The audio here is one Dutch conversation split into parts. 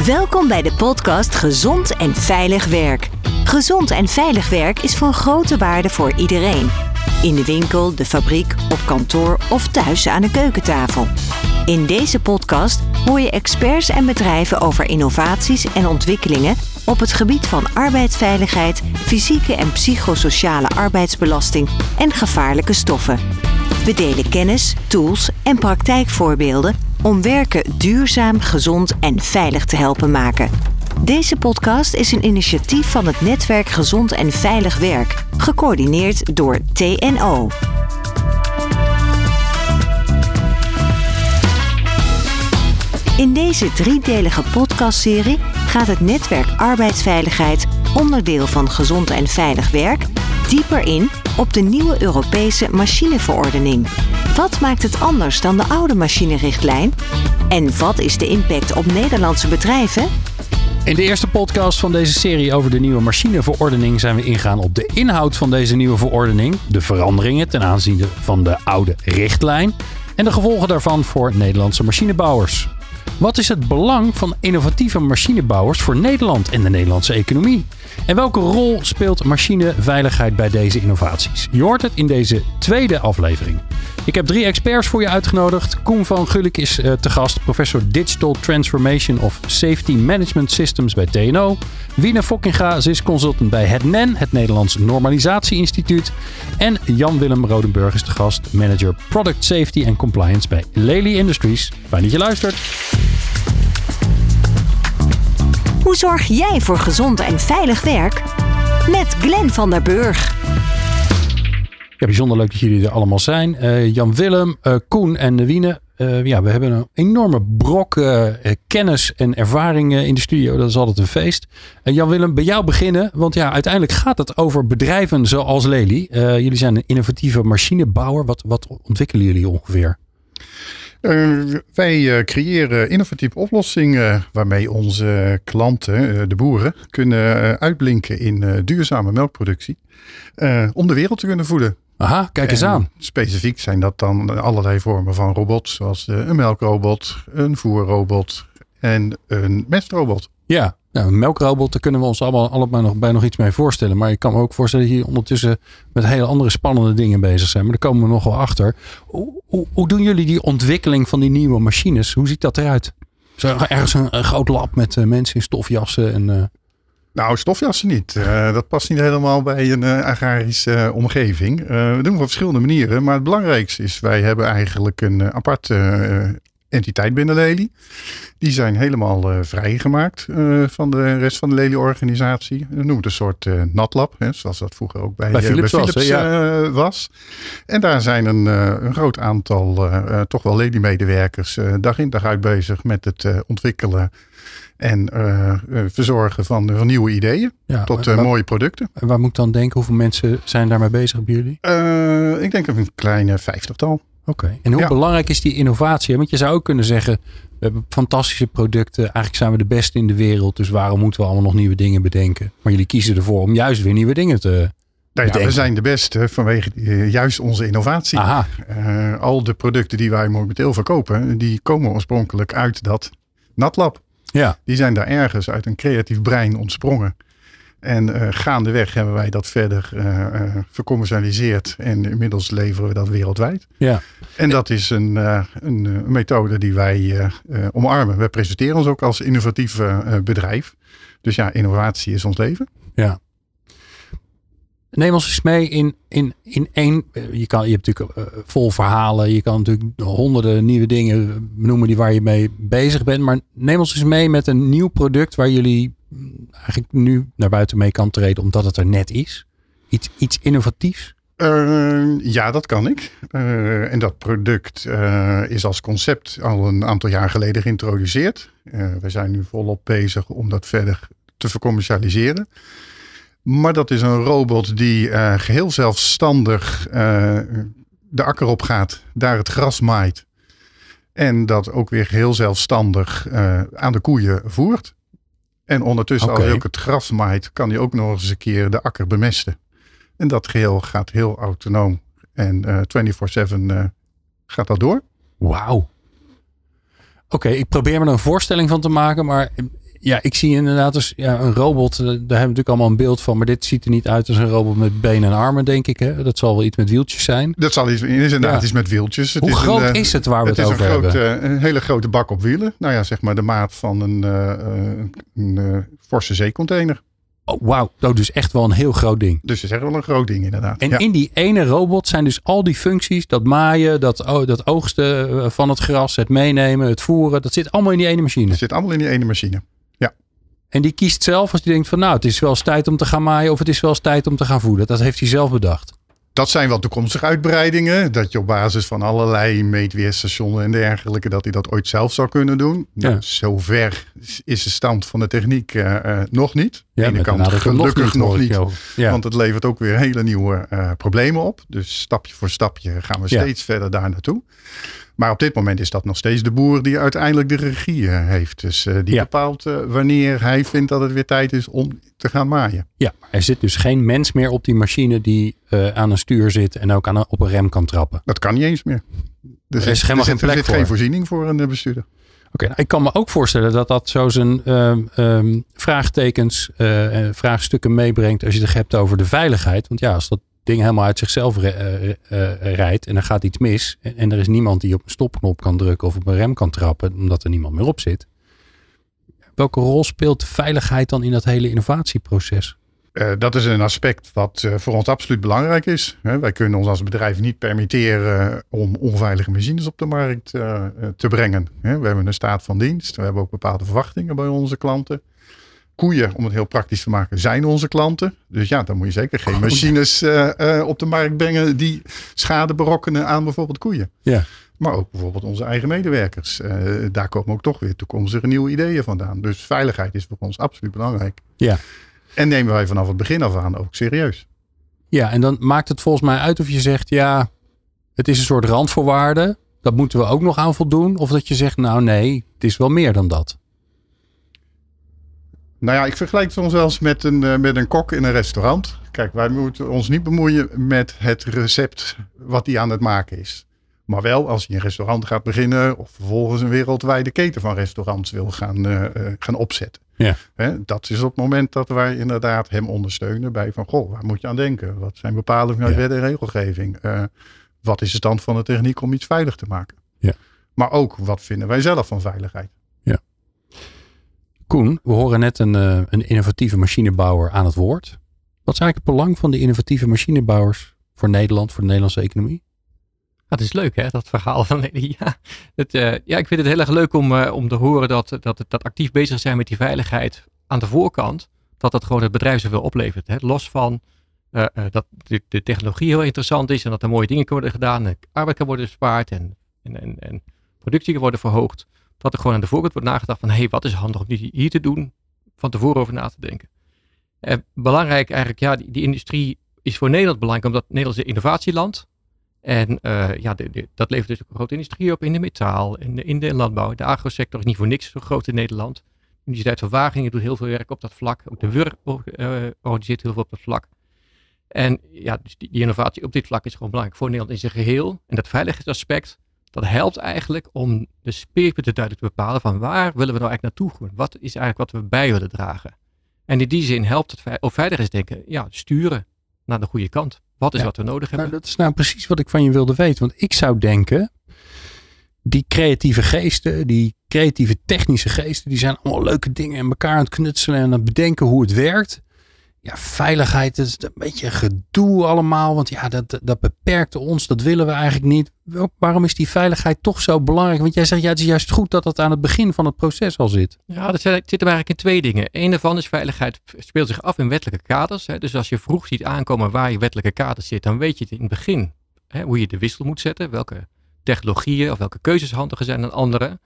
Welkom bij de podcast Gezond en Veilig Werk. Gezond en veilig werk is van grote waarde voor iedereen. In de winkel, de fabriek, op kantoor of thuis aan de keukentafel. In deze podcast hoor je experts en bedrijven over innovaties en ontwikkelingen op het gebied van arbeidsveiligheid, fysieke en psychosociale arbeidsbelasting en gevaarlijke stoffen. We delen kennis, tools en praktijkvoorbeelden om werken duurzaam, gezond en veilig te helpen maken. Deze podcast is een initiatief van het netwerk Gezond en Veilig Werk, gecoördineerd door TNO. In deze driedelige podcastserie gaat het netwerk Arbeidsveiligheid, onderdeel van Gezond en Veilig Werk, dieper in op de nieuwe Europese machineverordening. Wat maakt het anders dan de oude machinerichtlijn? En wat is de impact op Nederlandse bedrijven? In de eerste podcast van deze serie over de nieuwe machineverordening zijn we ingegaan op de inhoud van deze nieuwe verordening, de veranderingen ten aanzien van de oude richtlijn en de gevolgen daarvan voor Nederlandse machinebouwers. Wat is het belang van innovatieve machinebouwers voor Nederland en de Nederlandse economie? En welke rol speelt machineveiligheid bij deze innovaties? Je hoort het in deze tweede aflevering. Ik heb 3 experts voor je uitgenodigd. Koen van Gulik is te gast, professor Digital Transformation of Safety Management Systems bij TNO. Wiene Fokkinga, ze is consultant bij het NEN, het Nederlands Normalisatie Instituut. En Jan-Willem Rodenburg is te gast, manager Product Safety and Compliance bij Lely Industries. Fijn dat je luistert. Hoe zorg jij voor gezond en veilig werk? Met Glenn van der Burg. Ja, bijzonder leuk dat jullie er allemaal zijn. Jan-Willem, Koen en Wiene. We hebben een enorme brok kennis en ervaring in de studio. Dat is altijd een feest. Jan-Willem, bij jou beginnen. Want ja, uiteindelijk gaat het over bedrijven zoals Lely. Jullie zijn een innovatieve machinebouwer. Wat ontwikkelen jullie ongeveer? Wij creëren innovatieve oplossingen waarmee onze klanten, de boeren, kunnen uitblinken in duurzame melkproductie. Om de wereld te kunnen voeden. Aha, kijk eens aan. Specifiek zijn dat dan allerlei vormen van robots, zoals een melkrobot, een voerrobot en een mestrobot. Ja, nou, een melkrobot, daar kunnen we ons allemaal nog iets mee voorstellen. Maar ik kan me ook voorstellen dat hier ondertussen met hele andere spannende dingen bezig zijn. Maar daar komen we nog wel achter. Hoe doen jullie die ontwikkeling van die nieuwe machines? Hoe ziet dat eruit? Is er ergens een groot lab met mensen in stofjassen? En, Nou, stofjassen niet. Dat past niet helemaal bij een agrarische omgeving. We doen het op verschillende manieren. Maar het belangrijkste is, wij hebben eigenlijk een aparte entiteit binnen Lely. Die zijn helemaal vrijgemaakt van de rest van de Lely-organisatie. We noemen het een soort natlab, zoals dat vroeger ook bij Philips was. En daar zijn een groot aantal toch wel Lely-medewerkers dag in dag uit bezig met het ontwikkelen en verzorgen van nieuwe ideeën tot mooie producten. En waar moet ik dan denken? Hoeveel mensen zijn daarmee bezig bij jullie? Ik denk een kleine 50-tal. Oké. En hoe belangrijk is die innovatie? Want je zou ook kunnen zeggen, we hebben fantastische producten. Eigenlijk zijn we de beste in de wereld. Dus waarom moeten we allemaal nog nieuwe dingen bedenken? Maar jullie kiezen ervoor om juist weer nieuwe dingen te bedenken. We zijn de beste vanwege juist onze innovatie. Al de producten die wij momenteel verkopen, die komen oorspronkelijk uit dat natlab. Ja. Die zijn daar ergens uit een creatief brein ontsprongen. En gaandeweg hebben wij dat verder vercommercialiseerd. En inmiddels leveren we dat wereldwijd. Ja. En dat is een methode die wij omarmen. We presenteren ons ook als innovatief bedrijf. Dus ja, innovatie is ons leven. Ja. Neem ons eens mee in één. Je hebt natuurlijk vol verhalen. Je kan natuurlijk honderden nieuwe dingen benoemen waar je mee bezig bent. Maar neem ons eens mee met een nieuw product waar jullie eigenlijk nu naar buiten mee kan treden, omdat het er net is. Iets innovatiefs? Ja, dat kan ik. En dat product is als concept al een aantal jaar geleden geïntroduceerd. We zijn nu volop bezig om dat verder te vercommercialiseren. Maar dat is een robot die geheel zelfstandig de akker op gaat, daar het gras maait. En dat ook weer geheel zelfstandig aan de koeien voert. En ondertussen, als hij ook het gras maait, kan hij ook nog eens een keer de akker bemesten. En dat geheel gaat heel autonoom. En 24/7 gaat dat door. Wauw. Oké, ik probeer me er een voorstelling van te maken. Maar Ja, ik zie inderdaad dus een robot. Daar hebben we natuurlijk allemaal een beeld van. Maar dit ziet er niet uit als een robot met benen en armen, denk ik. Hè? Dat zal wel iets met wieltjes zijn. Dat zal inderdaad iets met wieltjes. Hoe groot is het waar we het over hebben? Een hele grote bak op wielen. Nou ja, zeg maar de maat van een forse zeecontainer. Oh, wauw, dus echt wel een heel groot ding. Dus dat is echt wel een groot ding inderdaad. En in die ene robot zijn dus al die functies. Dat maaien, dat oogsten van het gras, het meenemen, het voeren. Dat zit allemaal in die ene machine. Dat zit allemaal in die ene machine. Ja. En die kiest zelf als die denkt van het is wel eens tijd om te gaan maaien. Of het is wel eens tijd om te gaan voeden. Dat heeft hij zelf bedacht. Dat zijn wel toekomstige uitbreidingen. Dat je op basis van allerlei meetweerstationen en dergelijke, dat hij dat ooit zelf zou kunnen doen. Ja. Nou, zover is de stand van de techniek nog niet. Ja, aan de ene kant gelukkig nog niet. Ja. Want het levert ook weer hele nieuwe problemen op. Dus stapje voor stapje gaan we steeds verder daar naartoe. Maar op dit moment is dat nog steeds de boer die uiteindelijk de regie heeft. Dus die bepaalt wanneer hij vindt dat het weer tijd is om te gaan maaien. Ja, er zit dus geen mens meer op die machine die aan een stuur zit en ook op een rem kan trappen. Dat kan niet eens meer. Er is helemaal geen plek voor. Er zit geen voorziening voor een bestuurder. Oké, ik kan me ook voorstellen dat zo zijn vraagtekens, vraagstukken meebrengt als je het hebt over de veiligheid. Want ja, als dat ding helemaal uit zichzelf rijdt en er gaat iets mis en er is niemand die op een stopknop kan drukken of op een rem kan trappen omdat er niemand meer op zit. Welke rol speelt de veiligheid dan in dat hele innovatieproces? Dat is een aspect wat voor ons absoluut belangrijk is. Wij kunnen ons als bedrijf niet permitteren om onveilige machines op de markt te brengen. We hebben een staat van dienst. We hebben ook bepaalde verwachtingen bij onze klanten. Koeien, om het heel praktisch te maken, zijn onze klanten. Dus ja, dan moet je zeker geen machines op de markt brengen die schade berokkenen aan bijvoorbeeld koeien. Ja. Maar ook bijvoorbeeld onze eigen medewerkers. Daar komen ook toch weer toekomstige nieuwe ideeën vandaan. Dus veiligheid is voor ons absoluut belangrijk. Ja. En nemen wij vanaf het begin af aan ook serieus. Ja, en dan maakt het volgens mij uit of je zegt, het is een soort randvoorwaarde. Dat moeten we ook nog aan voldoen. Of dat je zegt, nou nee, het is wel meer dan dat. Nou ja, ik vergelijk het soms wel eens met een kok in een restaurant. Kijk, wij moeten ons niet bemoeien met het recept wat hij aan het maken is. Maar wel als je een restaurant gaat beginnen of vervolgens een wereldwijde keten van restaurants wil gaan opzetten. Ja. Dat is op het moment dat wij inderdaad hem ondersteunen bij van, waar moet je aan denken? Wat zijn bepalingen uit wet en regelgeving? Wat is de stand van de techniek om iets veilig te maken? Ja. Maar ook, wat vinden wij zelf van veiligheid? Ja. Koen, we horen net een innovatieve machinebouwer aan het woord. Wat is eigenlijk het belang van de innovatieve machinebouwers voor Nederland, voor de Nederlandse economie? Het is leuk, hè, dat verhaal van ik vind het heel erg leuk om te horen dat actief bezig zijn met die veiligheid aan de voorkant, dat gewoon het bedrijf zoveel oplevert. Hè. Los van dat de technologie heel interessant is en dat er mooie dingen kunnen worden gedaan, en arbeid kan worden bespaard en productie kan worden verhoogd, dat er gewoon aan de voorkant wordt nagedacht van, wat is handig om hier te doen, van tevoren over na te denken. Belangrijk eigenlijk, die industrie is voor Nederland belangrijk, omdat Nederland is een innovatieland. En dat levert dus ook een grote industrie op in de metaal, in de landbouw. De agrosector is niet voor niks zo groot in Nederland. De Universiteit van Wageningen doet heel veel werk op dat vlak. Ook de WUR organiseert heel veel op dat vlak. En dus die innovatie op dit vlak is gewoon belangrijk voor Nederland in zijn geheel. En dat veiligheidsaspect, dat helpt eigenlijk om de speerpunten duidelijk te bepalen van waar willen we nou eigenlijk naartoe gaan? Wat is eigenlijk wat we bij willen dragen? En in die zin helpt het ook veiligheidsdenken, sturen naar de goede kant. Wat is wat we nodig hebben? Nou, dat is nou precies wat ik van je wilde weten. Want ik zou denken, die creatieve geesten, die creatieve technische geesten, die zijn allemaal leuke dingen in elkaar aan het knutselen en aan het bedenken hoe het werkt. Ja, veiligheid, dat is een beetje gedoe allemaal. Want dat beperkt ons, dat willen we eigenlijk niet. Waarom is die veiligheid toch zo belangrijk? Want jij zegt, het is juist goed dat dat aan het begin van het proces al zit. Ja, dat zit hem eigenlijk in twee dingen. Eén daarvan is veiligheid speelt zich af in wettelijke kaders. Hè. Dus als je vroeg ziet aankomen waar je wettelijke kaders zit, dan weet je het in het begin hoe je de wissel moet zetten. Welke technologieën of welke keuzes handiger zijn dan andere.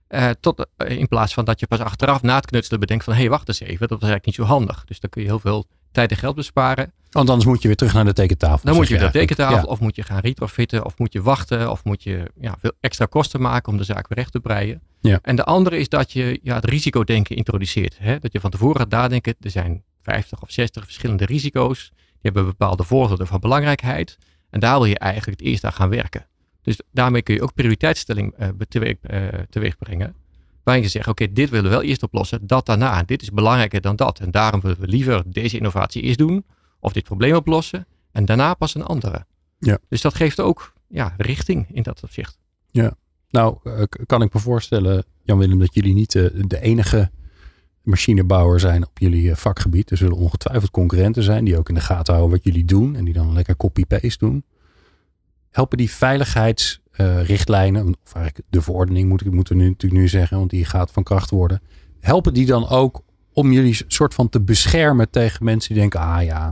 In plaats van dat je pas achteraf na het knutselen bedenkt van, wacht eens even, dat was eigenlijk niet zo handig. Dus dan kun je heel veel tijd en geld besparen. Want anders moet je weer terug naar de tekentafel. Dan moet je weer naar de tekentafel, of moet je gaan retrofitten, of moet je wachten, of moet je veel extra kosten maken om de zaak weer recht te breien. Ja. En de andere is dat je het risicodenken introduceert. Hè? Dat je van tevoren gaat nadenken, er zijn 50 of 60 verschillende risico's. Die hebben bepaalde voordelen van belangrijkheid. En daar wil je eigenlijk het eerst aan gaan werken. Dus daarmee kun je ook prioriteitsstelling teweeg brengen. Waarin je zegt, oké, dit willen we wel eerst oplossen, dat daarna. Dit is belangrijker dan dat. En daarom willen we liever deze innovatie eerst doen. Of dit probleem oplossen. En daarna pas een andere. Ja. Dus dat geeft ook richting in dat opzicht. Ja, nou kan ik me voorstellen, Jan-Willem, dat jullie niet de enige machinebouwer zijn op jullie vakgebied. Er zullen ongetwijfeld concurrenten zijn die ook in de gaten houden wat jullie doen. En die dan lekker copy-paste doen. Helpen die veiligheidsrichtlijnen, of eigenlijk de verordening moeten we natuurlijk nu zeggen, want die gaat van kracht worden. Helpen die dan ook om jullie soort van te beschermen tegen mensen die denken,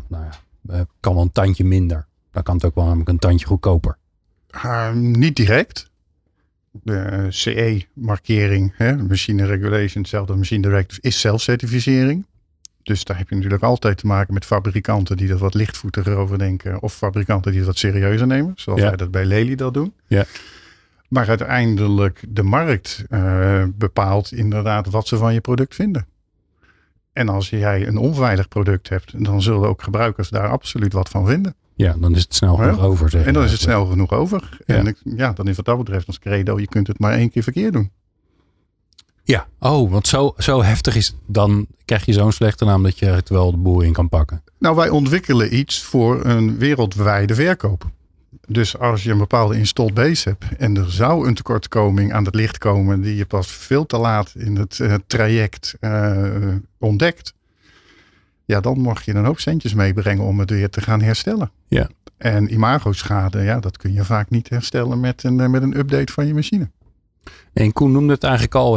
kan wel een tandje minder. Dan kan het ook wel namelijk een tandje goedkoper. Niet direct. De CE-markering, Machine Regulation, hetzelfde Machine Directive, is zelfcertificering. Dus daar heb je natuurlijk altijd te maken met fabrikanten die er wat lichtvoetiger over denken. Of fabrikanten die het wat serieuzer nemen. Zoals wij dat bij Lely dat doen. Ja. Maar uiteindelijk de markt bepaalt inderdaad wat ze van je product vinden. En als jij een onveilig product hebt, dan zullen ook gebruikers daar absoluut wat van vinden. Ja, dan is het snel genoeg over. En dan is het snel genoeg over. Ja. En dan is wat dat betreft ons credo, je kunt het maar 1 keer verkeerd doen. Ja, want zo heftig is het. Dan krijg je zo'n slechte naam dat je het wel de boel in kan pakken. Nou, wij ontwikkelen iets voor een wereldwijde verkoop. Dus als je een bepaalde installed base hebt en er zou een tekortkoming aan het licht komen die je pas veel te laat in het traject ontdekt. Ja, dan mag je een hoop centjes meebrengen om het weer te gaan herstellen. Ja. En imagoschade, dat kun je vaak niet herstellen met een update van je machine. En Koen noemde het eigenlijk al,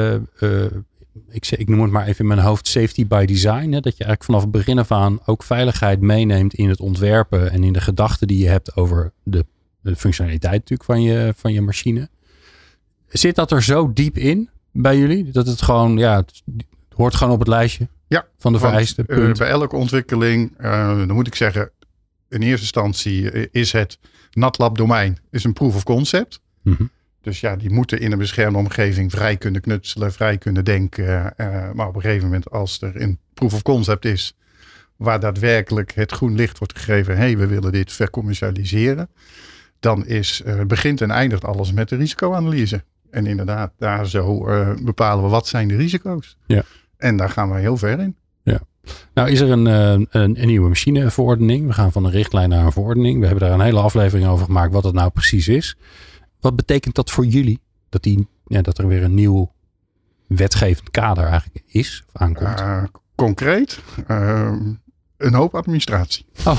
ik noem het maar even in mijn hoofd, safety by design. Hè, dat je eigenlijk vanaf het begin af aan ook veiligheid meeneemt in het ontwerpen en in de gedachten die je hebt over de functionaliteit natuurlijk van je machine. Zit dat er zo diep in bij jullie? Dat het gewoon, het hoort gewoon op het lijstje van de vereiste punt? Bij elke ontwikkeling, dan moet ik zeggen, in eerste instantie is het NatLab domein is een proof of concept. Mm-hmm. Dus die moeten in een beschermde omgeving vrij kunnen knutselen, vrij kunnen denken. Maar op een gegeven moment als er een proof of concept is, waar daadwerkelijk het groen licht wordt gegeven, we willen dit vercommercialiseren. Dan begint en eindigt alles met de risicoanalyse. En inderdaad, daar zo bepalen we wat zijn de risico's. Ja. En daar gaan we heel ver in. Ja. Nou is er een nieuwe machineverordening. We gaan van een richtlijn naar een verordening. We hebben daar een hele aflevering over gemaakt wat het nou precies is. Wat betekent dat voor jullie? Dat er weer een nieuw wetgevend kader eigenlijk is of aankomt? Concreet? Een hoop administratie. Oh.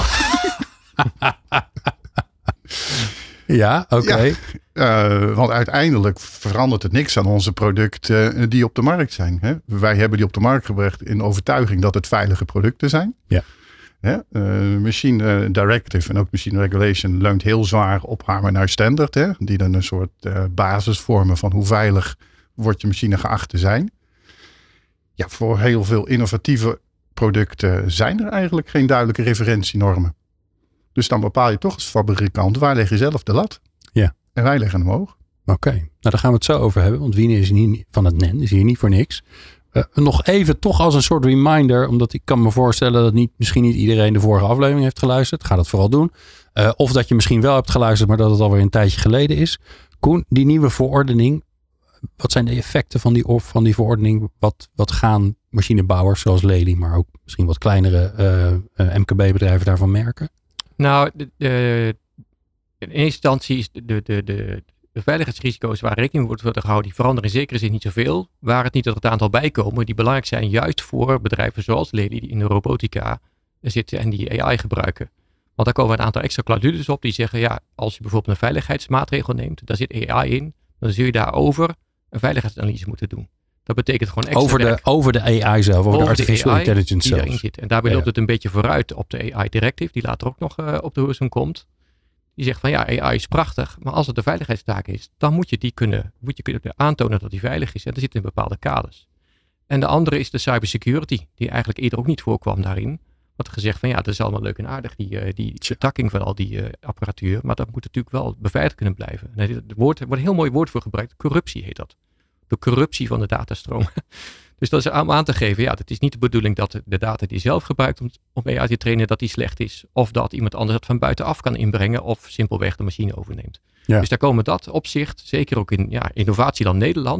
Ja, oké. Ja, want uiteindelijk verandert het niks aan onze producten die op de markt zijn. Hè? Wij hebben die op de markt gebracht in overtuiging dat het veilige producten zijn. Ja. Machine Directive en ook Machine Regulation leunt heel zwaar op Harmonized Standard. Die dan een soort basis vormen van hoe veilig wordt je machine geacht te zijn. Ja, voor heel veel innovatieve producten zijn er eigenlijk geen duidelijke referentienormen. Dus dan bepaal je toch als fabrikant, waar leg je zelf de lat? Ja. En wij leggen hem hoog. Oké, nou daar gaan we het zo over hebben. Want Wiene is niet van het NEN, is hier niet voor niks. Nog even toch als een soort reminder, omdat ik kan me voorstellen dat misschien niet iedereen de vorige aflevering heeft geluisterd. Ga dat vooral doen. Of dat je misschien wel hebt geluisterd, maar dat het alweer een tijdje geleden is. Koen, die nieuwe verordening, wat zijn de effecten van die verordening? Wat gaan machinebouwers zoals Lely, maar ook misschien wat kleinere MKB-bedrijven daarvan merken? Nou, in eerste instantie is de veiligheidsrisico's waar rekening wordt gehouden, die veranderen in zekere zin niet zoveel. Waar het niet dat het aantal bijkomen, die belangrijk zijn juist voor bedrijven zoals Lely, die in de robotica zitten en die AI gebruiken. Want daar komen een aantal extra clausules op die zeggen, als je bijvoorbeeld een veiligheidsmaatregel neemt, daar zit AI in, dan zul je daarover een veiligheidsanalyse moeten doen. Dat betekent gewoon extra over de AI zelf, over de artificial intelligence zelf. Die erin zit. En daarbij loopt het een beetje vooruit op de AI Directive, die later ook nog op de horizon komt. Die zegt van AI is prachtig, maar als het een veiligheidstaak is, dan moet je kunnen aantonen dat die veilig is. En er zitten bepaalde kaders. En de andere is de cybersecurity, die eigenlijk eerder ook niet voorkwam daarin. Wat gezegd van dat is allemaal leuk en aardig, die vertakking van al die apparatuur. Maar dat moet natuurlijk wel beveiligd kunnen blijven. En er wordt een heel mooi woord voor gebruikt, corruptie heet dat. De corruptie van de datastroom. Dus dat is om aan te geven, het is niet de bedoeling dat de data die je zelf gebruikt om AI te trainen, dat die slecht is. Of dat iemand anders het van buitenaf kan inbrengen of simpelweg de machine overneemt. Ja. Dus daar komen dat opzicht, zeker ook in innovatieland Nederland,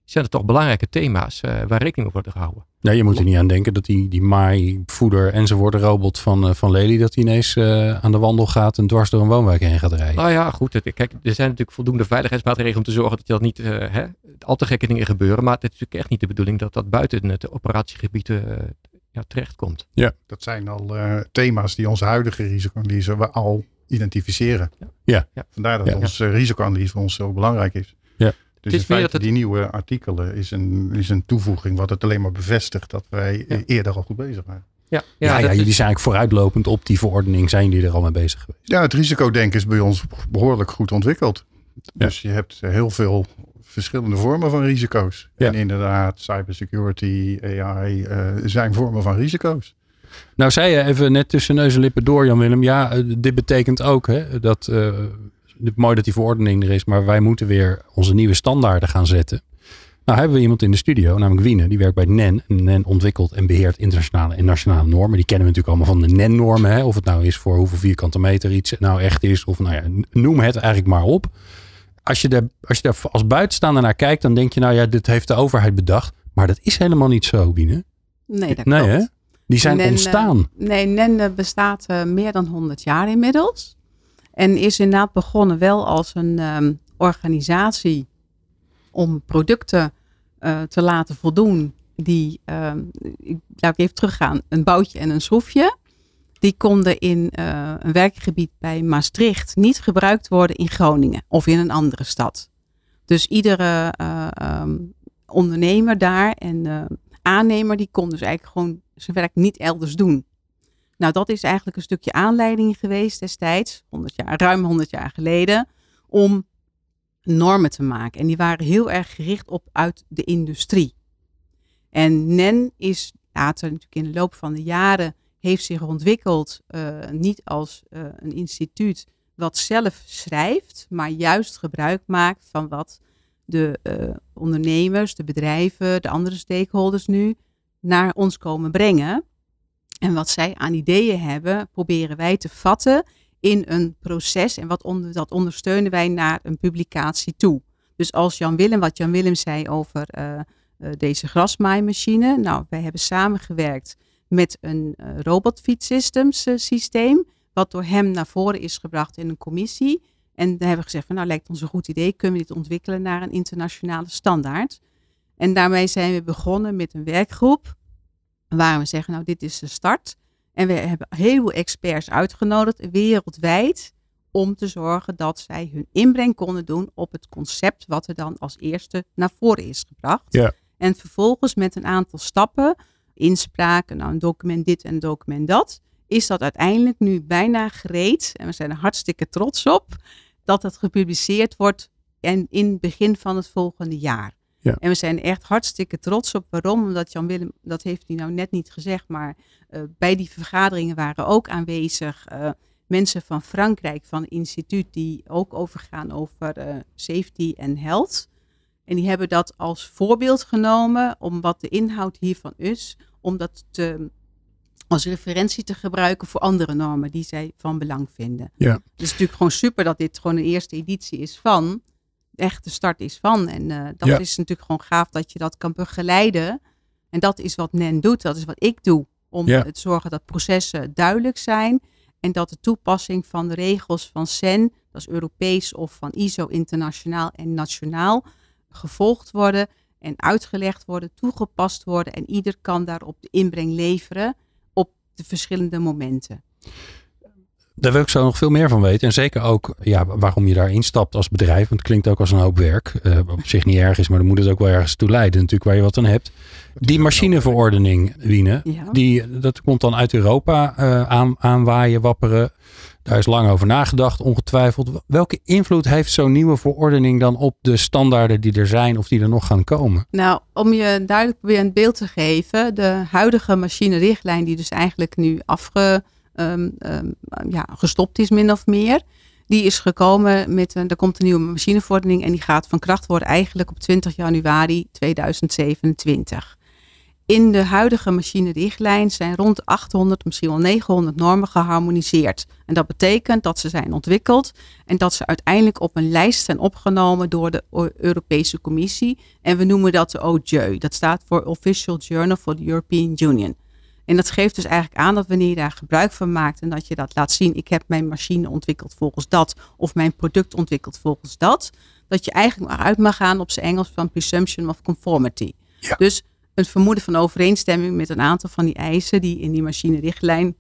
zijn er toch belangrijke thema's waar rekening mee wordt gehouden. Ja, je moet er niet aan denken dat die maaivoeder enzovoort robot van Lely, dat die ineens aan de wandel gaat en dwars door een woonwijk heen gaat rijden. Nou ja, goed. Kijk, er zijn natuurlijk voldoende veiligheidsmaatregelen om te zorgen dat dat niet al te gekke dingen gebeuren. Maar het is natuurlijk echt niet de bedoeling dat buiten het operatiegebied terechtkomt. Ja. Dat zijn al thema's die onze huidige risicoanalyse we al identificeren. Ja. Vandaar dat onze risicoanalyse voor ons zo belangrijk is. Ja. Dus in feite die nieuwe artikelen is een toevoeging wat het alleen maar bevestigt dat wij eerder al goed bezig waren. Jullie zijn eigenlijk vooruitlopend op die verordening. Zijn jullie er al mee bezig geweest? Ja, het risicodenken is bij ons behoorlijk goed ontwikkeld. Ja. Dus je hebt heel veel verschillende vormen van risico's. Ja. En inderdaad, cybersecurity, AI zijn vormen van risico's. Nou zei je even net tussen neus en lippen door, Jan-Willem. Ja, dit betekent ook dat... mooi dat die verordening er is, maar wij moeten weer onze nieuwe standaarden gaan zetten. Nou hebben we iemand in de studio, namelijk Wiene, die werkt bij NEN. En NEN ontwikkelt en beheert internationale en nationale normen. Die kennen we natuurlijk allemaal van de NEN-normen. Of het nou is voor hoeveel vierkante meter iets nou echt is. Of noem het eigenlijk maar op. Als je daar als buitenstaander naar kijkt, dan denk je, dit heeft de overheid bedacht. Maar dat is helemaal niet zo, Wiene. Nee, dat klopt. Hè? Die zijn ontstaan. NEN bestaat meer dan 100 jaar inmiddels. En is inderdaad begonnen wel als een organisatie om producten te laten voldoen. Die, laat ik even teruggaan, een boutje en een schroefje. Die konden in een werkgebied bij Maastricht niet gebruikt worden in Groningen of in een andere stad. Dus iedere ondernemer daar en aannemer die kon dus eigenlijk gewoon zijn werk niet elders doen. Nou, dat is eigenlijk een stukje aanleiding geweest destijds, ruim 100 jaar geleden, om normen te maken. En die waren heel erg gericht op uit de industrie. En NEN is later natuurlijk in de loop van de jaren heeft zich ontwikkeld niet als een instituut wat zelf schrijft, maar juist gebruik maakt van wat de ondernemers, de bedrijven, de andere stakeholders nu naar ons komen brengen. En wat zij aan ideeën hebben, proberen wij te vatten in een proces. En dat ondersteunen wij naar een publicatie toe. Dus als wat Jan Willem zei over deze grasmaaimachine. Nou, wij hebben samengewerkt met een robot feed systems systeem. Wat door hem naar voren is gebracht in een commissie. En daar hebben we gezegd van lijkt ons een goed idee. Kunnen we dit ontwikkelen naar een internationale standaard. En daarmee zijn we begonnen met een werkgroep. Waar we zeggen, dit is de start. En we hebben heel veel experts uitgenodigd wereldwijd om te zorgen dat zij hun inbreng konden doen op het concept wat er dan als eerste naar voren is gebracht. Ja. En vervolgens met een aantal stappen, inspraak, een document dit en een document dat, is dat uiteindelijk nu bijna gereed. En we zijn er hartstikke trots op dat het gepubliceerd wordt en in het begin van het volgende jaar. Ja. En we zijn er echt hartstikke trots op. Waarom? Omdat Jan Willem, dat heeft hij nou net niet gezegd, maar bij die vergaderingen waren ook aanwezig mensen van Frankrijk, van het instituut, die ook overgaan over safety en health. En die hebben dat als voorbeeld genomen om wat de inhoud hiervan is, om dat als referentie te gebruiken voor andere normen die zij van belang vinden. Ja. Het is natuurlijk gewoon super dat dit gewoon een eerste editie is van. Echt de start is van. En dat is natuurlijk gewoon gaaf dat je dat kan begeleiden. En dat is wat NEN doet. Dat is wat ik doe. Om te zorgen dat processen duidelijk zijn. En dat de toepassing van de regels van CEN, dat is Europees of van ISO internationaal en nationaal, gevolgd worden en uitgelegd worden, toegepast worden. En ieder kan daarop de inbreng leveren op de verschillende momenten. Daar wil ik zo nog veel meer van weten. En zeker ook waarom je daar instapt als bedrijf. Want het klinkt ook als een hoop werk. Op zich niet erg is, maar dan moet het ook wel ergens toe leiden. Natuurlijk waar je wat aan hebt. Die machineverordening, Wiene. Ja. Dat komt dan uit Europa aanwaaien, wapperen. Daar is lang over nagedacht, ongetwijfeld. Welke invloed heeft zo'n nieuwe verordening dan op de standaarden die er zijn of die er nog gaan komen? Nou, om je duidelijk weer een beeld te geven. De huidige machinerichtlijn die dus eigenlijk nu gestopt is min of meer. Die is gekomen er komt een nieuwe machineverordening en die gaat van kracht worden eigenlijk op 20 januari 2027. in de huidige machinerichtlijn zijn rond 800, misschien wel 900 normen geharmoniseerd. En dat betekent dat ze zijn ontwikkeld en dat ze uiteindelijk op een lijst zijn opgenomen door de Europese Commissie. En we noemen dat de OJEU. Dat staat voor Official Journal for the European Union. En dat geeft dus eigenlijk aan dat wanneer je daar gebruik van maakt en dat je dat laat zien, ik heb mijn machine ontwikkeld volgens dat of mijn product ontwikkeld volgens dat je eigenlijk maar uit mag gaan op zijn Engels van presumption of conformity. Ja. Dus een vermoeden van overeenstemming met een aantal van die eisen die in die machinerichtlijn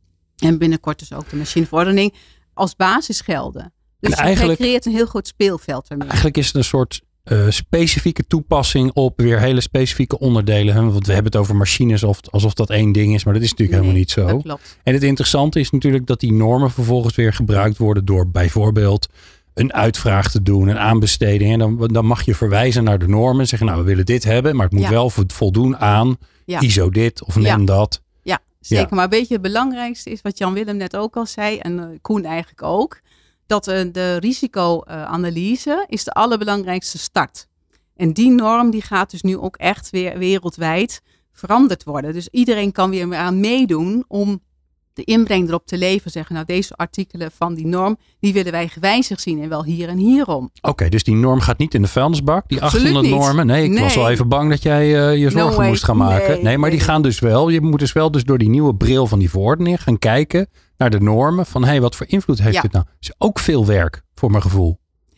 en binnenkort dus ook de machineverordening als basis gelden. Dus je creëert een heel groot speelveld ermee. Eigenlijk is het een soort specifieke toepassing op weer hele specifieke onderdelen. Want we hebben het over machines alsof dat één ding is, maar dat is natuurlijk helemaal niet zo. Dat klopt. En het interessante is natuurlijk dat die normen vervolgens weer gebruikt worden door bijvoorbeeld een uitvraag te doen, een aanbesteding. En dan mag je verwijzen naar de normen. Zeggen, nou, we willen dit hebben, maar het moet wel voldoen aan ISO dit of NEM dat. Ja, zeker. Ja. Maar weet je, het belangrijkste is wat Jan Willem net ook al zei en Koen eigenlijk ook, dat de risicoanalyse is de allerbelangrijkste start. En die norm die gaat dus nu ook echt weer wereldwijd veranderd worden. Dus iedereen kan weer aan meedoen om de inbreng erop te leveren. Zeggen, nou deze artikelen van die norm, die willen wij gewijzigd zien en wel hier en hierom. Oké, dus die norm gaat niet in de vuilnisbak, die Absoluut 800 normen. Nee, ik was al even bang dat jij je zorgen moest gaan maken. Nee, maar die gaan dus wel. Je moet dus wel door die nieuwe bril van die verordening gaan kijken naar de normen van wat voor invloed heeft dit nou? Dat is ook veel werk voor mijn gevoel.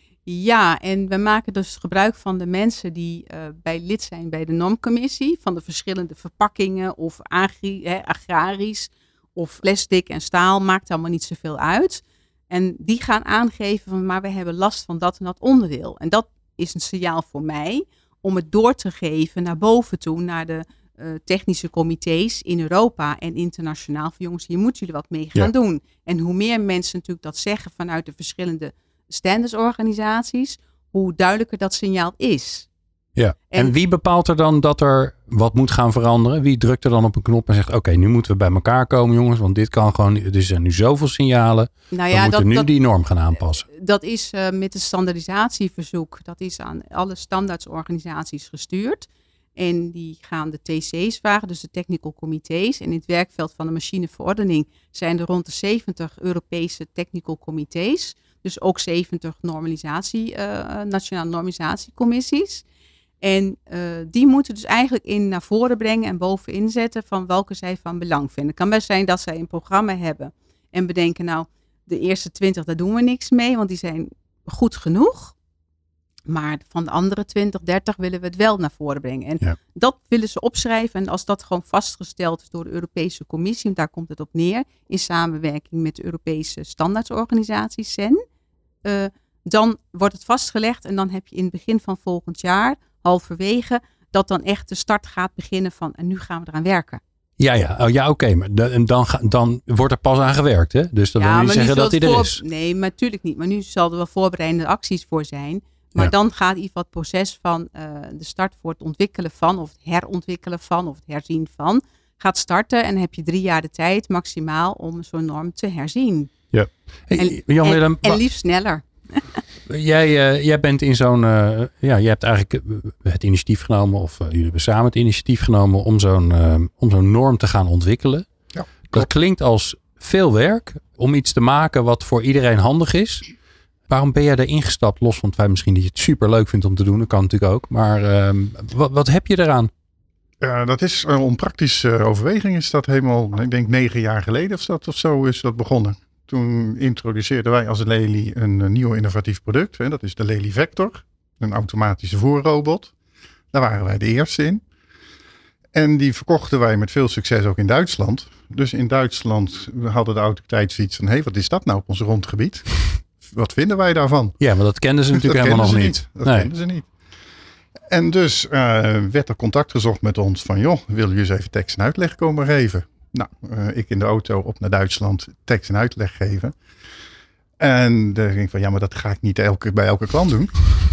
Ja, en we maken dus gebruik van de mensen die bij lid zijn bij de normcommissie van de verschillende verpakkingen of agrarisch of plastic en staal, maakt allemaal niet zoveel uit. En die gaan aangeven van, maar we hebben last van dat en dat onderdeel. En dat is een signaal voor mij om het door te geven naar boven toe, naar de technische comité's in Europa en internationaal. Van jongens, hier moeten jullie wat mee gaan doen. En hoe meer mensen natuurlijk dat zeggen vanuit de verschillende standaardsorganisaties, hoe duidelijker dat signaal is. Ja. En wie bepaalt er dan dat er wat moet gaan veranderen? Wie drukt er dan op een knop en zegt, oké, nu moeten we bij elkaar komen, jongens, want dit kan gewoon, er zijn nu zoveel signalen. Nou ja, we moeten nu die norm gaan aanpassen. Dat is met een standaardisatieverzoek, dat is aan alle standaardsorganisaties gestuurd. En die gaan de TC's vragen, dus de technical comité's. En in het werkveld van de machineverordening zijn er rond de 70 Europese technical comité's. Dus ook 70 nationale normalisatiecommissies. En die moeten dus eigenlijk naar voren brengen en bovenin zetten van welke zij van belang vinden. Het kan best zijn dat zij een programma hebben en bedenken, nou, de eerste 20, daar doen we niks mee, want die zijn goed genoeg. Maar van de andere 20, 30 willen we het wel naar voren brengen. En dat willen ze opschrijven. En als dat gewoon vastgesteld is door de Europese Commissie, want daar komt het op neer, in samenwerking met de Europese standaardsorganisatie CEN, dan wordt het vastgelegd en dan heb je in het begin van volgend jaar, halverwege, dat dan echt de start gaat beginnen van en nu gaan we eraan werken. Oké. Maar dan wordt er pas aan gewerkt, hè? Dus dat wil niet zeggen dat hij er is. Nee, maar natuurlijk niet. Maar nu zal er wel voorbereidende acties voor zijn. Maar dan gaat in ieder geval het proces van de start voor het ontwikkelen van, of het herontwikkelen van, of het herzien van, gaat starten. En dan heb je 3 jaar de tijd maximaal om zo'n norm te herzien. Ja. Hey, Jan-Willem, en liefst sneller. Jij bent in zo'n, je hebt eigenlijk het initiatief genomen, of jullie hebben samen het initiatief genomen om zo'n norm te gaan ontwikkelen. Ja, dat klinkt als veel werk om iets te maken wat voor iedereen handig is. Waarom ben jij erin gestapt? Los van het feit misschien dat je het super leuk vindt om te doen. Dat kan natuurlijk ook. Maar wat heb je eraan? Dat is om praktische overweging is dat helemaal, ik denk 9 jaar geleden of zo is dat begonnen. Toen introduceerden wij als Lely een nieuw innovatief product. Dat is de Lely Vector. Een automatische voerrobot. Daar waren wij de eerste in. En die verkochten wij met veel succes ook in Duitsland. Dus in Duitsland hadden de autoriteiten zoiets van, wat is dat nou op ons grondgebied? Wat vinden wij daarvan? Ja, maar dat kenden ze natuurlijk helemaal nog niet. Dat kenden ze niet. En dus werd er contact gezocht met ons van, willen jullie eens even tekst en uitleg komen geven? Nou, ik in de auto op naar Duitsland tekst en uitleg geven. En dan ging ik van, maar dat ga ik niet bij elke klant doen.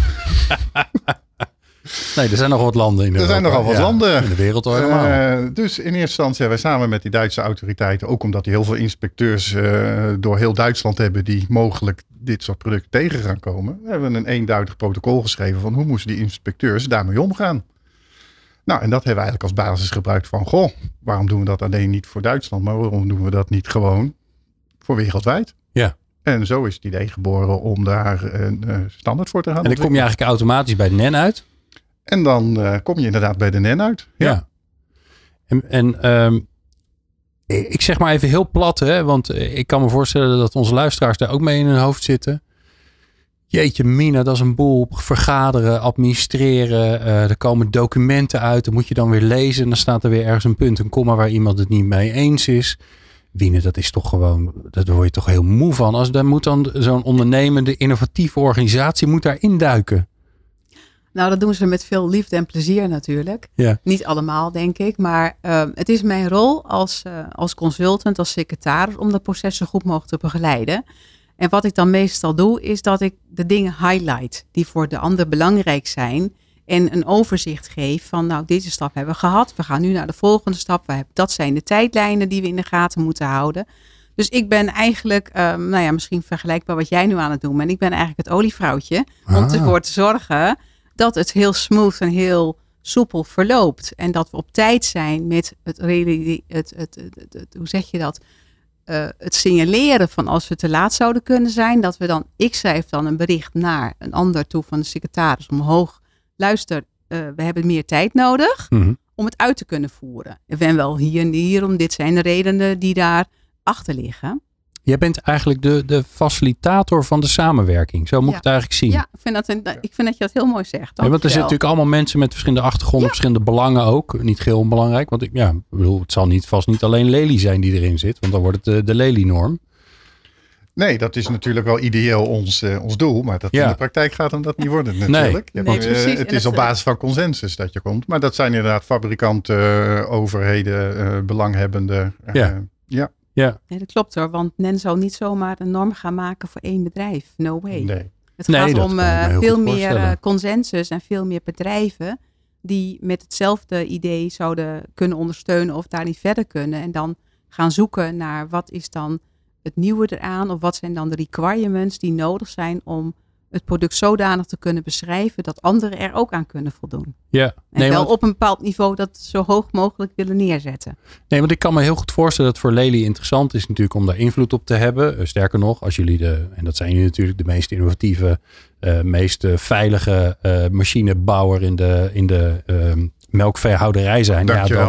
Nee, er zijn nog wat landen in de wereld. Er zijn nogal wat landen. In de wereld helemaal. Dus in eerste instantie hebben wij samen met die Duitse autoriteiten, ook omdat die heel veel inspecteurs door heel Duitsland hebben die mogelijk dit soort producten tegen gaan komen, hebben we een eenduidig protocol geschreven van hoe moesten die inspecteurs daarmee omgaan. Nou, en dat hebben we eigenlijk als basis gebruikt van, waarom doen we dat alleen niet voor Duitsland, maar waarom doen we dat niet gewoon voor wereldwijd? Ja. En zo is het idee geboren om daar een standaard voor te gaan. En dan kom je eigenlijk automatisch bij de NEN uit. En dan kom je inderdaad bij de NEN uit. Ja. En ik zeg maar even heel plat, hè, want ik kan me voorstellen dat onze luisteraars daar ook mee in hun hoofd zitten. Jeetje mina, dat is een boel. Vergaderen, administreren. Er komen documenten uit. Dan moet je dan weer lezen. En dan staat er weer ergens een punt, een komma waar iemand het niet mee eens is. Wiene, dat is toch gewoon, daar word je toch heel moe van. Daar moet dan zo'n ondernemende, innovatieve organisatie moet daar induiken. Nou, dat doen ze met veel liefde en plezier natuurlijk. Ja. Niet allemaal, denk ik. Maar het is mijn rol als consultant, als secretaris, om dat proces zo goed mogelijk te begeleiden. En wat ik dan meestal doe, is dat ik de dingen highlight die voor de ander belangrijk zijn. En een overzicht geef van, nou, deze stap hebben we gehad. We gaan nu naar de volgende stap. Dat zijn de tijdlijnen die we in de gaten moeten houden. Dus ik ben eigenlijk, misschien vergelijkbaar wat jij nu aan het doen bent. Ik ben eigenlijk het olievrouwtje om ervoor te zorgen dat het heel smooth en heel soepel verloopt. En dat we op tijd zijn met hoe zeg je dat? Het signaleren van als we te laat zouden kunnen zijn. Dat we dan, ik schrijf dan een bericht naar een ander toe van de secretaris omhoog. Luister, we hebben meer tijd nodig om het uit te kunnen voeren. Ik ben wel hierom, dit zijn de redenen die daar achter liggen. Jij bent eigenlijk de facilitator van de samenwerking. Zo moet ik het eigenlijk zien. Ja, ik vind dat je dat heel mooi zegt. Ja, want er zitten natuurlijk allemaal mensen met verschillende achtergronden, verschillende belangen ook. Niet geheel onbelangrijk. Want ik bedoel, het zal vast niet alleen Lely zijn die erin zit. Want dan wordt het de Lely-norm. Nee, dat is natuurlijk wel ideeel ons doel. Maar in de praktijk gaat hem dat niet worden natuurlijk. Nee, precies. Het is op basis van consensus dat je komt. Maar dat zijn inderdaad fabrikanten, overheden, belanghebbenden. Ja, dat klopt hoor. Want NEN zou niet zomaar een norm gaan maken voor één bedrijf. No way. Nee. Het gaat om veel meer consensus en veel meer bedrijven die met hetzelfde idee zouden kunnen ondersteunen of daar niet verder kunnen. En dan gaan zoeken naar wat is dan het nieuwe eraan of wat zijn dan de requirements die nodig zijn om het product zodanig te kunnen beschrijven dat anderen er ook aan kunnen voldoen. Ja. En wel op een bepaald niveau dat zo hoog mogelijk willen neerzetten. Nee, want ik kan me heel goed voorstellen dat voor Lely interessant is natuurlijk om daar invloed op te hebben. Sterker nog, als jullie en dat zijn jullie natuurlijk de meest innovatieve, meest veilige machinebouwer in de melkveehouderij zijn.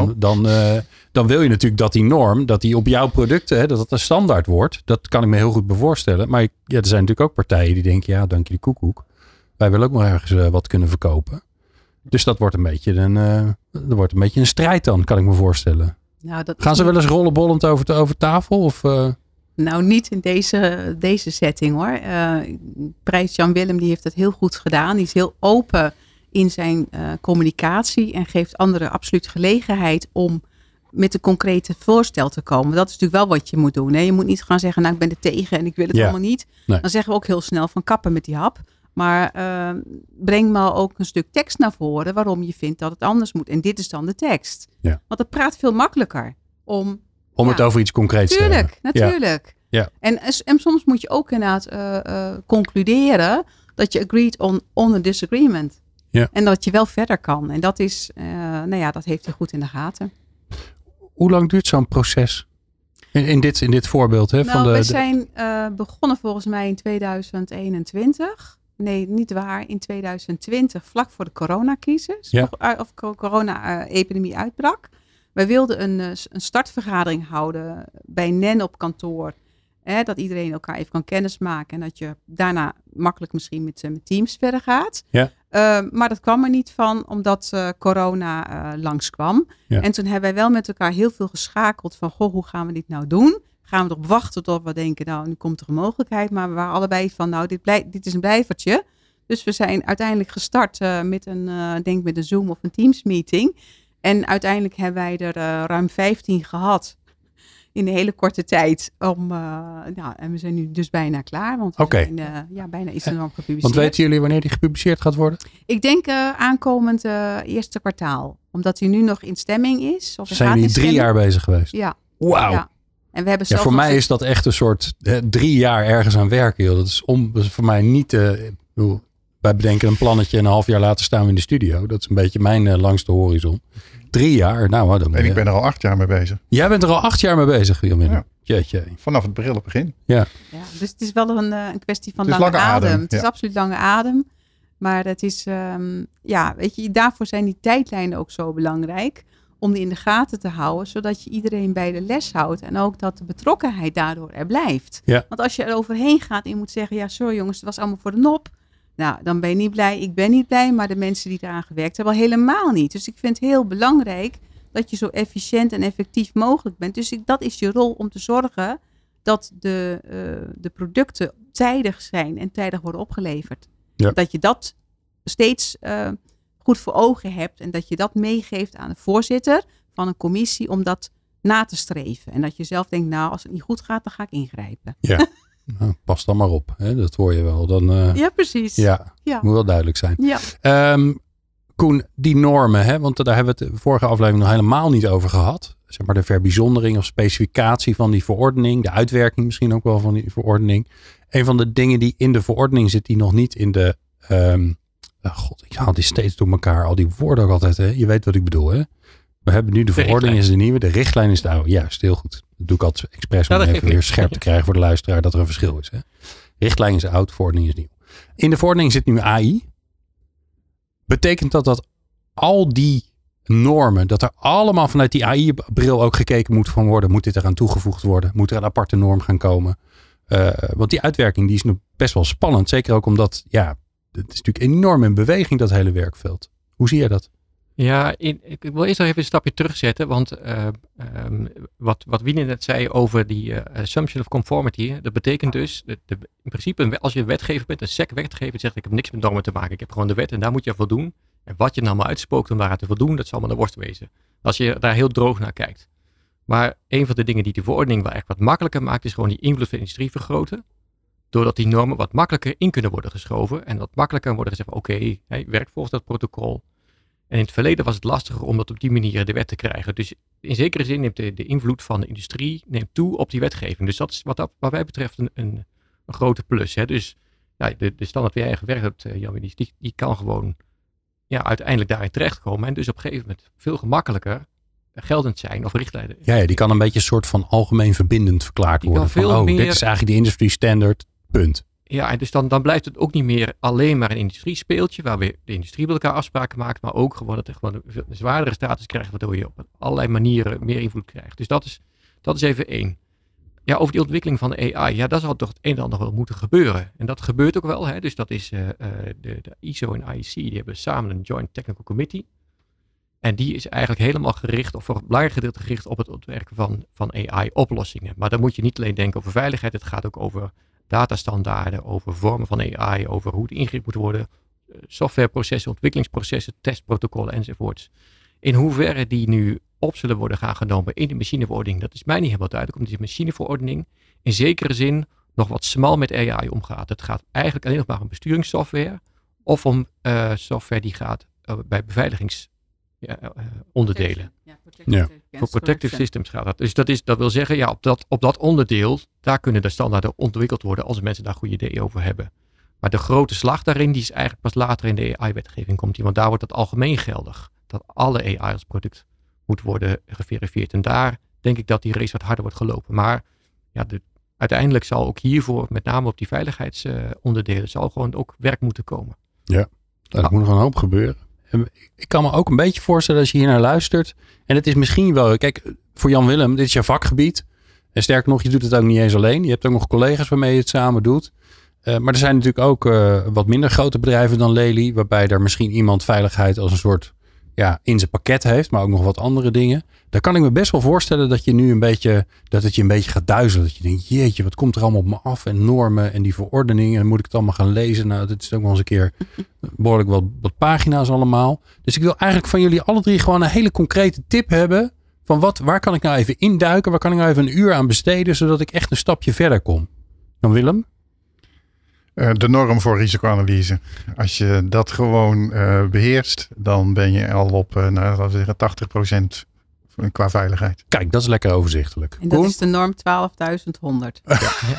Dan wil je natuurlijk dat die norm, dat die op jouw producten, dat het een standaard wordt. Dat kan ik me heel goed voorstellen. Maar er zijn natuurlijk ook partijen die denken, dank je de koekoek. Wij willen ook nog ergens wat kunnen verkopen. Dus dat wordt een beetje een strijd dan, kan ik me voorstellen. Nou, gaan ze wel eens rollenbollend over tafel? Of, Nou, niet in deze setting hoor. Prijs Jan Willem die heeft het heel goed gedaan. Die is heel open in zijn communicatie en geeft anderen absoluut gelegenheid om met een concrete voorstel te komen. Dat is natuurlijk wel wat je moet doen. Hè? Je moet niet gaan zeggen, nou ik ben er tegen en ik wil het allemaal niet. Nee. Dan zeggen we ook heel snel van kappen met die hap. Maar breng maar ook een stuk tekst naar voren waarom je vindt dat het anders moet. En dit is dan de tekst. Ja. Want het praat veel makkelijker om het over iets concreets te hebben. Natuurlijk. Ja. En soms moet je ook inderdaad concluderen dat je agreed on a disagreement. Ja. En dat je wel verder kan. En dat is, dat heeft hij goed in de gaten. Hoe lang duurt zo'n proces? In dit voorbeeld. Hè, we zijn begonnen volgens mij in 2021. Nee, niet waar. In 2020, vlak voor de coronacrisis. Ja. Of corona-epidemie uitbrak. Wij wilden een startvergadering houden bij NEN op kantoor. Dat iedereen elkaar even kan kennismaken. En dat je daarna makkelijk misschien met teams verder gaat. Ja. Maar dat kwam er niet van, omdat corona langskwam. Ja. En toen hebben wij wel met elkaar heel veel geschakeld van, hoe gaan we dit nou doen? Gaan we erop wachten tot we denken, nou, nu komt er een mogelijkheid. Maar we waren allebei van, nou, dit is een blijvertje. Dus we zijn uiteindelijk gestart met een Zoom of een Teams meeting. En uiteindelijk hebben wij er ruim 15 gehad. In een hele korte tijd. En we zijn nu dus bijna klaar. Want we zijn bijna iets enorm gepubliceerd. Want weten jullie wanneer die gepubliceerd gaat worden? Ik denk aankomend eerste kwartaal. Omdat hij nu nog in stemming is. Zijn jullie 3 jaar bezig geweest? Ja. Wauw. Ja. En we hebben voor mij is dat echt een soort 3 jaar ergens aan werken. Joh. Dat is voor mij niet... Wij bedenken een plannetje en een half jaar later staan we in de studio. Dat is een beetje mijn langste horizon. 3 jaar. Nou, en ik ben er al 8 jaar mee bezig. Jij bent er al 8 jaar mee bezig, Jan-Willem. Ja. Jeetje. Vanaf het begin. Ja, dus het is wel een kwestie van lange adem. Het is absoluut lange adem. Maar het is, weet je, daarvoor zijn die tijdlijnen ook zo belangrijk. Om die in de gaten te houden, zodat je iedereen bij de les houdt. En ook dat de betrokkenheid daardoor er blijft. Ja. Want als je er overheen gaat en je moet zeggen, ja sorry jongens, het was allemaal voor de nop. Nou, dan ben je niet blij. Ik ben niet blij, maar de mensen die eraan gewerkt hebben al helemaal niet. Dus ik vind het heel belangrijk dat je zo efficiënt en effectief mogelijk bent. Dus dat is je rol om te zorgen dat de producten tijdig zijn en tijdig worden opgeleverd. Ja. Dat je dat steeds goed voor ogen hebt en dat je dat meegeeft aan de voorzitter van een commissie om dat na te streven. En dat je zelf denkt, nou, als het niet goed gaat, dan ga ik ingrijpen. Ja, nou, pas dan maar op. Hè? Dat hoor je wel. Dan, ja, precies. Ja, moet wel duidelijk zijn. Ja. Koen, die normen, hè? Want daar hebben we het de vorige aflevering nog helemaal niet over gehad. Zeg maar de verbijzondering of specificatie van die verordening. De uitwerking misschien ook wel van die verordening. Een van de dingen die in de verordening zit, die nog niet in de... ik haal die steeds door elkaar. Al die woorden ook altijd. Hè? Je weet wat ik bedoel. Hè? We hebben nu de verordening is de nieuwe. De richtlijn is de oude. Juist, heel goed. Dat doe ik altijd expres om even weer scherp te krijgen voor de luisteraar dat er een verschil is. Hè? Richtlijn is oud, verordening is nieuw. In de verordening zit nu AI. Betekent dat al die normen, dat er allemaal vanuit die AI-bril ook gekeken moet van worden. Moet dit eraan toegevoegd worden? Moet er een aparte norm gaan komen? Want die uitwerking die is nog best wel spannend. Zeker ook omdat, het is natuurlijk enorm in beweging, dat hele werkveld. Hoe zie jij dat? Ja, ik wil eerst nog even een stapje terugzetten. Want wat Wiene net zei over die assumption of conformity. Dat betekent dus, in principe als je wetgever bent, een SEC-wetgever zegt ik heb niks met normen te maken. Ik heb gewoon de wet en daar moet je aan voldoen. En wat je nou maar uitspookt om daaraan te voldoen, dat zal maar de worst wezen. Als je daar heel droog naar kijkt. Maar een van de dingen die de verordening wel echt wat makkelijker maakt, is gewoon die invloed van de industrie vergroten. Doordat die normen wat makkelijker in kunnen worden geschoven. En wat makkelijker worden gezegd, oké, werk volgens dat protocol. En in het verleden was het lastiger om dat op die manier de wet te krijgen. Dus in zekere zin neemt de invloed van de industrie toe op die wetgeving. Dus dat is wat mij betreft een grote plus. Hè. Dus de standaard waar jij gewerkt hebt, Jan, die kan gewoon uiteindelijk daarin terechtkomen. En dus op een gegeven moment veel gemakkelijker geldend zijn of richtlijnen. Ja, die kan een beetje een soort van algemeen verbindend verklaard worden. Van, dit is eigenlijk de industry standard, punt. Ja, en dus dan blijft het ook niet meer alleen maar een industriespeeltje, waar weer de industrie met elkaar afspraken maakt, maar ook gewoon dat er gewoon een zwaardere status krijgt, waardoor je op allerlei manieren meer invloed krijgt. Dus dat is even 1. Ja, over die ontwikkeling van de AI, daar zal toch het een en ander wel moeten gebeuren. En dat gebeurt ook wel. Hè? Dus dat is de ISO en IEC, die hebben samen een Joint Technical Committee. En die is eigenlijk helemaal gericht, of voor een belangrijk gedeelte gericht op het ontwerpen van AI-oplossingen. Maar dan moet je niet alleen denken over veiligheid, het gaat ook over datastandaarden, over vormen van AI, over hoe het ingericht moet worden, softwareprocessen, ontwikkelingsprocessen, testprotocollen enzovoorts. In hoeverre die nu op zullen worden gaan genomen in de machineverordening, dat is mij niet helemaal duidelijk, omdat die machineverordening in zekere zin nog wat smal met AI omgaat. Het gaat eigenlijk alleen nog maar om besturingssoftware of om software die gaat bij beveiligingsonderdelen. Voor protective systems gaat dat. Dus dat wil zeggen, op dat onderdeel, daar kunnen de standaarden ontwikkeld worden als mensen daar goede ideeën over hebben. Maar de grote slag daarin, die is eigenlijk pas later in de AI-wetgeving komt. Want daar wordt het algemeen geldig. Dat alle AI als product moet worden geverifieerd. En daar denk ik dat die race wat harder wordt gelopen. Maar uiteindelijk zal ook hiervoor, met name op die veiligheidsonderdelen, zal gewoon ook werk moeten komen. Ja, dat moet nog een hoop gebeuren. Ik kan me ook een beetje voorstellen als je hier naar luistert. En het is misschien wel, kijk, voor Jan-Willem, dit is jouw vakgebied. En sterker nog, je doet het ook niet eens alleen. Je hebt ook nog collega's waarmee je het samen doet. Maar er zijn natuurlijk ook wat minder grote bedrijven dan Lely, waarbij er misschien iemand veiligheid als een soort in zijn pakket heeft, maar ook nog wat andere dingen. Daar kan ik me best wel voorstellen dat je nu dat het je een beetje gaat duizelen. Dat je denkt, jeetje, wat komt er allemaal op me af? En normen en die verordeningen. En moet ik het allemaal gaan lezen? Nou, dit is ook wel eens een keer behoorlijk wat pagina's allemaal. Dus ik wil eigenlijk van jullie alle 3 gewoon een hele concrete tip hebben. Van waar kan ik nou even induiken? Waar kan ik nou even een uur aan besteden, zodat ik echt een stapje verder kom? Dan Willem? De norm voor risicoanalyse. Als je dat gewoon beheerst, dan ben je al op, laten we zeggen, 80% qua veiligheid. Kijk, dat is lekker overzichtelijk. En dat is de norm 12.100.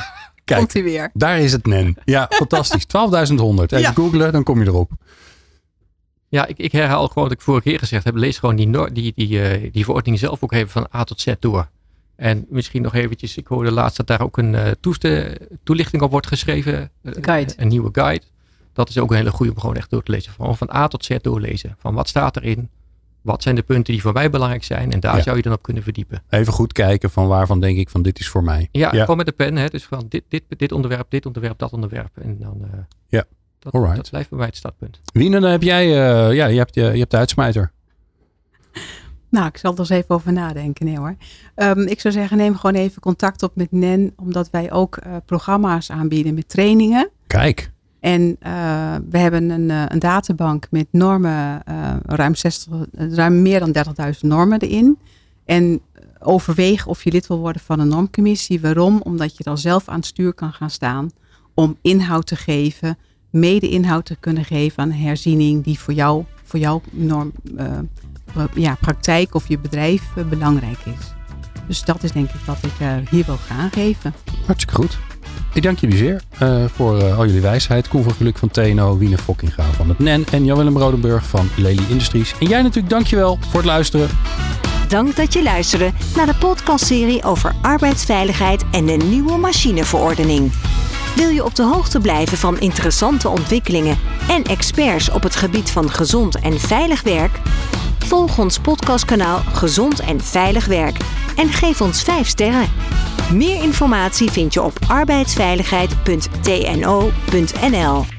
Kijk, komt hij weer. Daar is het NEN. Ja, fantastisch. 12.100. Even googlen, dan kom je erop. Ja, ik herhaal gewoon wat ik vorige keer gezegd heb. Lees gewoon die verordening zelf ook even van A tot Z door. En misschien nog eventjes, ik hoorde laatst dat daar ook een toelichting op wordt geschreven. Een nieuwe guide. Dat is ook een hele goede om gewoon echt door te lezen. Van A tot Z doorlezen. Van wat staat erin? Wat zijn de punten die voor mij belangrijk zijn? En daar zou je dan op kunnen verdiepen. Even goed kijken van waarvan denk ik van dit is voor mij. Ja, gewoon met de pen. Hè? Dus van dit onderwerp, dat onderwerp. En dan dat blijft bij mij het startpunt. Wiene, dan heb jij, je hebt de uitsmijter. Nou, ik zal er eens even over nadenken. Nee hoor. Ik zou zeggen, neem gewoon even contact op met NEN. Omdat wij ook programma's aanbieden met trainingen. Kijk. En we hebben een databank met normen, ruim meer dan 30.000 normen erin. En overweeg of je lid wil worden van een normcommissie. Waarom? Omdat je dan zelf aan het stuur kan gaan staan om inhoud te geven, mede-inhoud te kunnen geven aan een herziening die voor jouw norm, praktijk of je bedrijf belangrijk is. Dus dat is denk ik wat ik hier wil gaan aangeven. Hartstikke goed. Ik dank jullie zeer voor al jullie wijsheid. Koen van Geluk van TNO, Wiene Fokkinga van het NEN en Jan-Willem Rodenburg van Lely Industries. En jij natuurlijk dankjewel voor het luisteren. Dank dat je luisterde naar de podcastserie over arbeidsveiligheid en de nieuwe machineverordening. Wil je op de hoogte blijven van interessante ontwikkelingen en experts op het gebied van gezond en veilig werk? Volg ons podcastkanaal Gezond en Veilig Werk en geef ons 5 sterren. Meer informatie vind je op arbeidsveiligheid.tno.nl.